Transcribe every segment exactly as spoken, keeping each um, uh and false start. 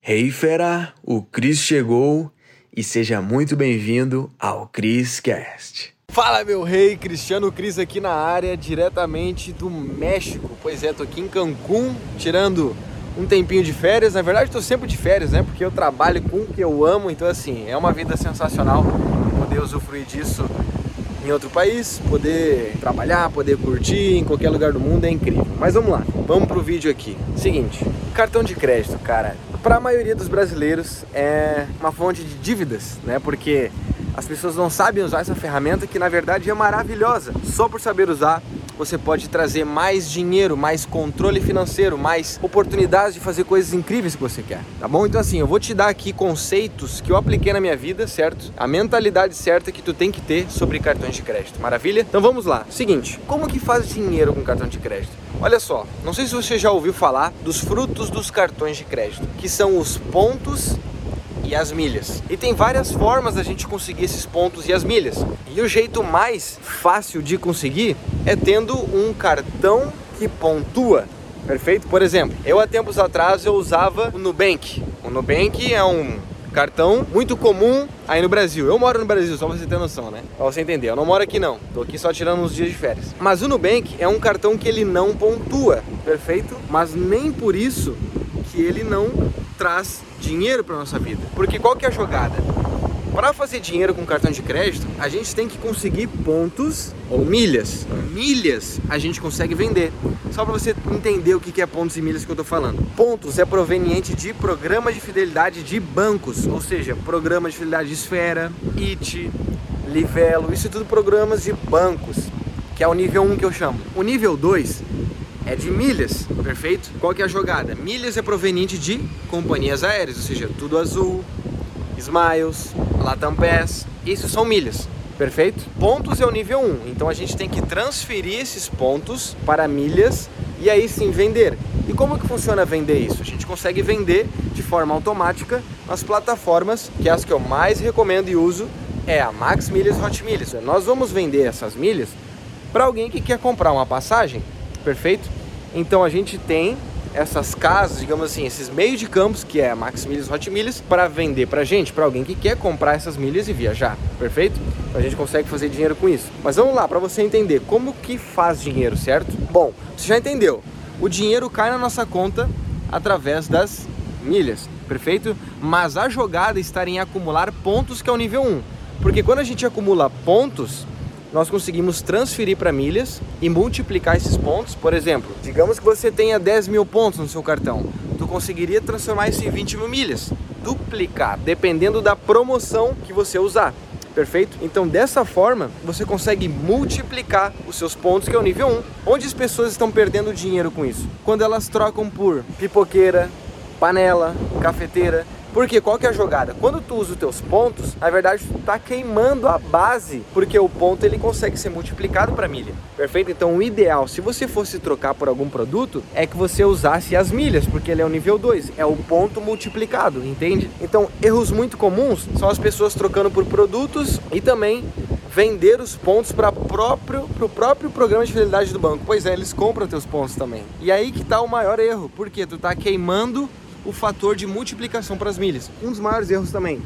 Hey fera, o Cris chegou e seja muito bem-vindo ao CrisCast. Fala meu rei, Cristiano Cris aqui na área, diretamente do México. Pois é, tô aqui em Cancún, tirando um tempinho de férias. Na verdade tô sempre de férias, né? Porque eu trabalho com o que eu amo, então assim, é uma vida sensacional poder usufruir disso em outro país, poder trabalhar, poder curtir em qualquer lugar do mundo, é incrível. Mas vamos lá, vamos pro vídeo aqui. Seguinte, cartão de crédito, cara, para a maioria dos brasileiros é uma fonte de dívidas, né? Porque as pessoas não sabem usar essa ferramenta que na verdade é maravilhosa. Só por saber usar, você pode trazer mais dinheiro, mais controle financeiro, mais oportunidades de fazer coisas incríveis que você quer, tá bom? Então assim, eu vou te dar aqui conceitos que eu apliquei na minha vida, certo? A mentalidade certa que tu tem que ter sobre cartões de crédito, maravilha? Então vamos lá. Seguinte, como que faz dinheiro com cartão de crédito? Olha só, não sei se você já ouviu falar dos frutos dos cartões de crédito, que são os pontos e as milhas. E tem várias formas da gente conseguir esses pontos e as milhas. E o jeito mais fácil de conseguir é tendo um cartão que pontua. Perfeito? Por exemplo, eu há tempos atrás eu usava o Nubank. O Nubank é um cartão muito comum aí no Brasil. Eu moro no Brasil, só pra você ter noção, né? Pra você entender, eu não moro aqui não. Tô aqui só tirando uns dias de férias. Mas o Nubank é um cartão que ele não pontua, perfeito? Mas nem por isso que ele não traz dinheiro para nossa vida. Porque qual que é a jogada? Para fazer dinheiro com cartão de crédito, a gente tem que conseguir pontos ou milhas. Milhas a gente consegue vender. Só para você entender o que é pontos e milhas que eu tô falando. Pontos é proveniente de programa de fidelidade de bancos, ou seja, programa de fidelidade de Esfera, I T, Livelo, isso é tudo programas de bancos, que é o nível um que eu chamo. O nível dois é de milhas, perfeito? Qual que é a jogada? Milhas é proveniente de companhias aéreas, ou seja, Tudo Azul, Smiles, Latam Pass, isso são milhas, perfeito? Pontos é o nível um, então a gente tem que transferir esses pontos para milhas e aí sim vender. E como que funciona vender isso? A gente consegue vender de forma automática nas plataformas, que é as que eu mais recomendo e uso, é a Max Milhas e Hot Milhas. Nós vamos vender essas milhas para alguém que quer comprar uma passagem, perfeito? Então a gente tem essas casas, digamos assim, esses meios de campos, que é a Max Milhas, Hot Milhas, para vender pra gente, para alguém que quer comprar essas milhas e viajar, perfeito? Então a gente consegue fazer dinheiro com isso. Mas vamos lá, para você entender como que faz dinheiro, certo? Bom, você já entendeu, o dinheiro cai na nossa conta através das milhas, perfeito? Mas a jogada está em acumular pontos, que é o nível um, porque quando a gente acumula pontos, nós conseguimos transferir para milhas e multiplicar esses pontos. Por exemplo, digamos que você tenha dez mil pontos no seu cartão, tu conseguiria transformar isso em vinte mil milhas, duplicar, dependendo da promoção que você usar, perfeito? Então dessa forma, você consegue multiplicar os seus pontos, que é o nível um. Onde as pessoas estão perdendo dinheiro com isso? Quando elas trocam por pipoqueira, panela, cafeteira. Porque qual que é a jogada? Quando tu usa os teus pontos, na verdade tu tá queimando a base, porque o ponto ele consegue ser multiplicado para milha, perfeito? Então o ideal, se você fosse trocar por algum produto, é que você usasse as milhas, porque ele é o nível dois, é o ponto multiplicado, entende? Então erros muito comuns são as pessoas trocando por produtos e também vender os pontos para próprio pro próprio programa de fidelidade do banco. Pois é, eles compram teus pontos também. E aí que tá o maior erro, porque tu tá queimando o fator de multiplicação para as milhas. Um dos maiores erros também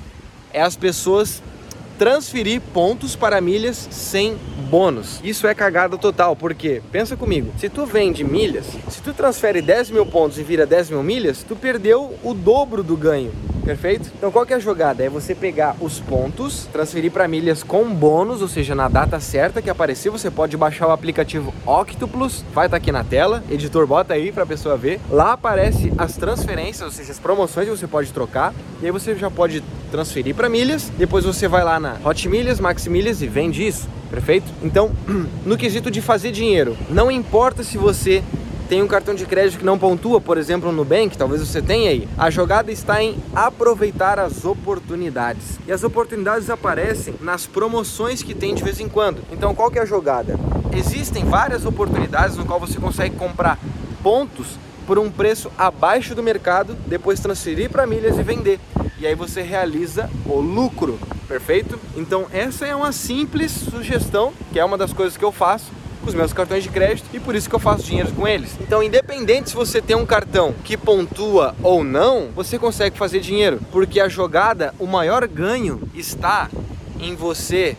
é as pessoas transferir pontos para milhas sem bônus. Isso é cagada total, porque, pensa comigo, se tu vende milhas, se tu transfere dez mil pontos e vira dez mil milhas, tu perdeu o dobro do ganho, perfeito? Então qual que é a jogada? É você pegar os pontos, transferir para milhas com bônus, ou seja, na data certa que aparecer, você pode baixar o aplicativo Octopus, vai estar aqui na tela, editor bota aí para a pessoa ver. Lá aparece as transferências, ou seja, as promoções que você pode trocar, e aí você já pode transferir para milhas, depois você vai lá na Hot Milhas, Max Milhas e vende isso, perfeito? Então, no quesito de fazer dinheiro, não importa se você tem um cartão de crédito que não pontua, por exemplo, no Nubank, talvez você tenha aí. A jogada está em aproveitar as oportunidades. E as oportunidades aparecem nas promoções que tem de vez em quando. Então, qual que é a jogada? Existem várias oportunidades no qual você consegue comprar pontos por um preço abaixo do mercado, depois transferir para milhas e vender. E aí você realiza o lucro, perfeito? Então essa é uma simples sugestão, que é uma das coisas que eu faço com os meus cartões de crédito e por isso que eu faço dinheiro com eles. Então, independente se você tem um cartão que pontua ou não, você consegue fazer dinheiro, porque a jogada, o maior ganho está em você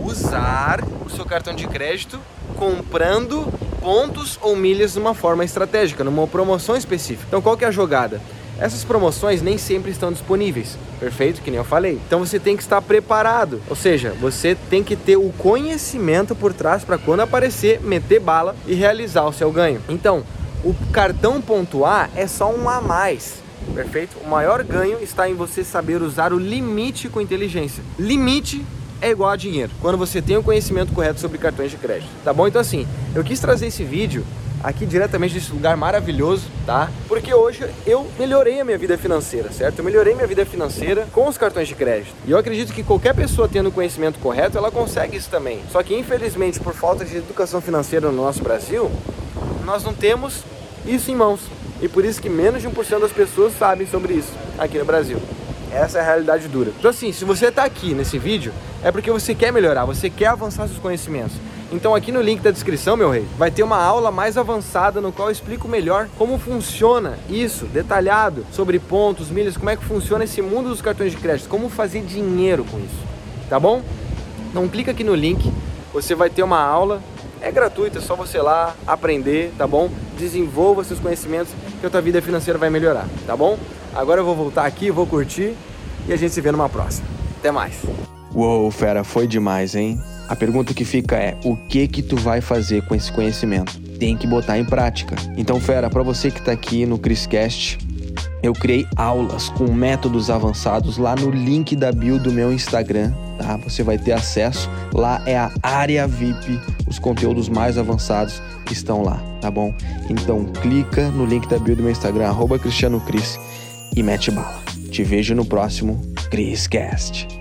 usar o seu cartão de crédito comprando pontos ou milhas de uma forma estratégica, numa promoção específica. Então, qual que é a jogada? Essas promoções nem sempre estão disponíveis, perfeito? Que nem eu falei. Então você tem que estar preparado, ou seja, você tem que ter o conhecimento por trás para quando aparecer, meter bala e realizar o seu ganho. Então, o cartão pontuar é só um a mais, perfeito? O maior ganho está em você saber usar o limite com inteligência. Limite é igual a dinheiro, quando você tem o conhecimento correto sobre cartões de crédito, tá bom? Então assim, eu quis trazer esse vídeo aqui diretamente desse lugar maravilhoso, tá? Porque hoje eu melhorei a minha vida financeira, certo? Eu melhorei minha vida financeira com os cartões de crédito. E eu acredito que qualquer pessoa tendo o conhecimento correto, ela consegue isso também. Só que infelizmente, por falta de educação financeira no nosso Brasil, nós não temos isso em mãos. E por isso que menos de um por cento das pessoas sabem sobre isso aqui no Brasil. Essa é a realidade dura. Então assim, se você está aqui nesse vídeo, é porque você quer melhorar, você quer avançar seus conhecimentos. Então aqui no link da descrição, meu rei, vai ter uma aula mais avançada no qual eu explico melhor como funciona isso, detalhado, sobre pontos, milhas, como é que funciona esse mundo dos cartões de crédito, como fazer dinheiro com isso, tá bom? Então clica aqui no link, você vai ter uma aula, é gratuita, é só você ir lá aprender, tá bom? Desenvolva seus conhecimentos que a tua vida financeira vai melhorar, tá bom? Agora eu vou voltar aqui, vou curtir e a gente se vê numa próxima. Até mais. Uou, fera, foi demais, hein? A pergunta que fica é, o que que tu vai fazer com esse conhecimento? Tem que botar em prática. Então, fera, para você que tá aqui no ChrisCast, eu criei aulas com métodos avançados lá no link da bio do meu Instagram, tá? Você vai ter acesso, lá é a área V I P, os conteúdos mais avançados estão lá, tá bom? Então, clica no link da bio do meu Instagram, arroba cristiano cris, e mete bala. Te vejo no próximo ChrisCast.